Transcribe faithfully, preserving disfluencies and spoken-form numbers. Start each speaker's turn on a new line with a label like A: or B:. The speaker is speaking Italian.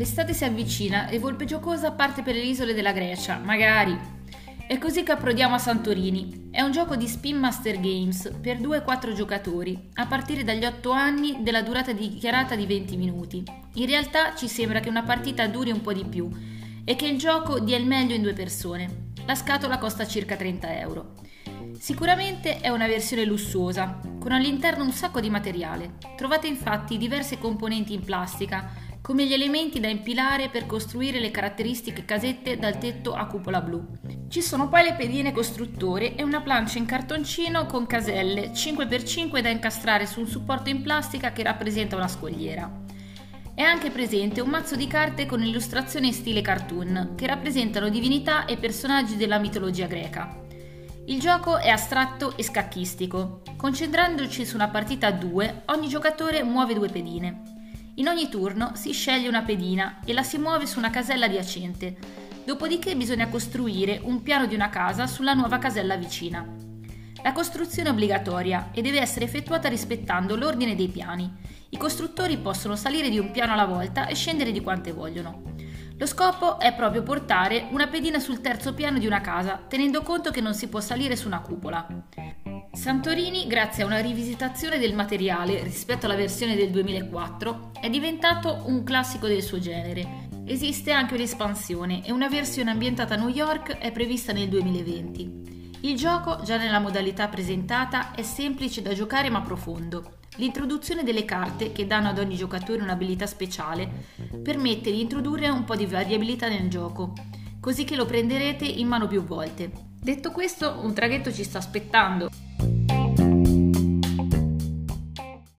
A: L'estate si avvicina e Volpe Giocosa parte per le isole della Grecia, magari. È così che approdiamo a Santorini. È un gioco di Spin Master Games per due e quattro giocatori, a partire dagli otto anni della durata dichiarata di venti minuti. In realtà ci sembra che una partita duri un po' di più e che il gioco dia il meglio in due persone. La scatola costa circa trenta euro. Sicuramente è una versione lussuosa, con all'interno un sacco di materiale. Trovate infatti diverse componenti in plastica, come gli elementi da impilare per costruire le caratteristiche casette dal tetto a cupola blu. Ci sono poi le pedine costruttore e una plancia in cartoncino con caselle cinque per cinque da incastrare su un supporto in plastica che rappresenta una scogliera. È anche presente un mazzo di carte con illustrazioni in stile cartoon, che rappresentano divinità e personaggi della mitologia greca. Il gioco è astratto e scacchistico. Concentrandoci su una partita a due, ogni giocatore muove due pedine. In ogni turno si sceglie una pedina e la si muove su una casella adiacente, dopodiché bisogna costruire un piano di una casa sulla nuova casella vicina. La costruzione è obbligatoria e deve essere effettuata rispettando l'ordine dei piani. I costruttori possono salire di un piano alla volta e scendere di quante vogliono. Lo scopo è proprio portare una pedina sul terzo piano di una casa, tenendo conto che non si può salire su una cupola. Santorini, grazie a una rivisitazione del materiale rispetto alla versione del duemilaquattro, è diventato un classico del suo genere. Esiste anche un'espansione e una versione ambientata a New York è prevista nel duemilaventi. Il gioco, già nella modalità presentata, è semplice da giocare ma profondo. L'introduzione delle carte, che danno ad ogni giocatore un'abilità speciale, permette di introdurre un po' di variabilità nel gioco, così che lo prenderete in mano più volte. Detto questo, un traghetto ci sta aspettando.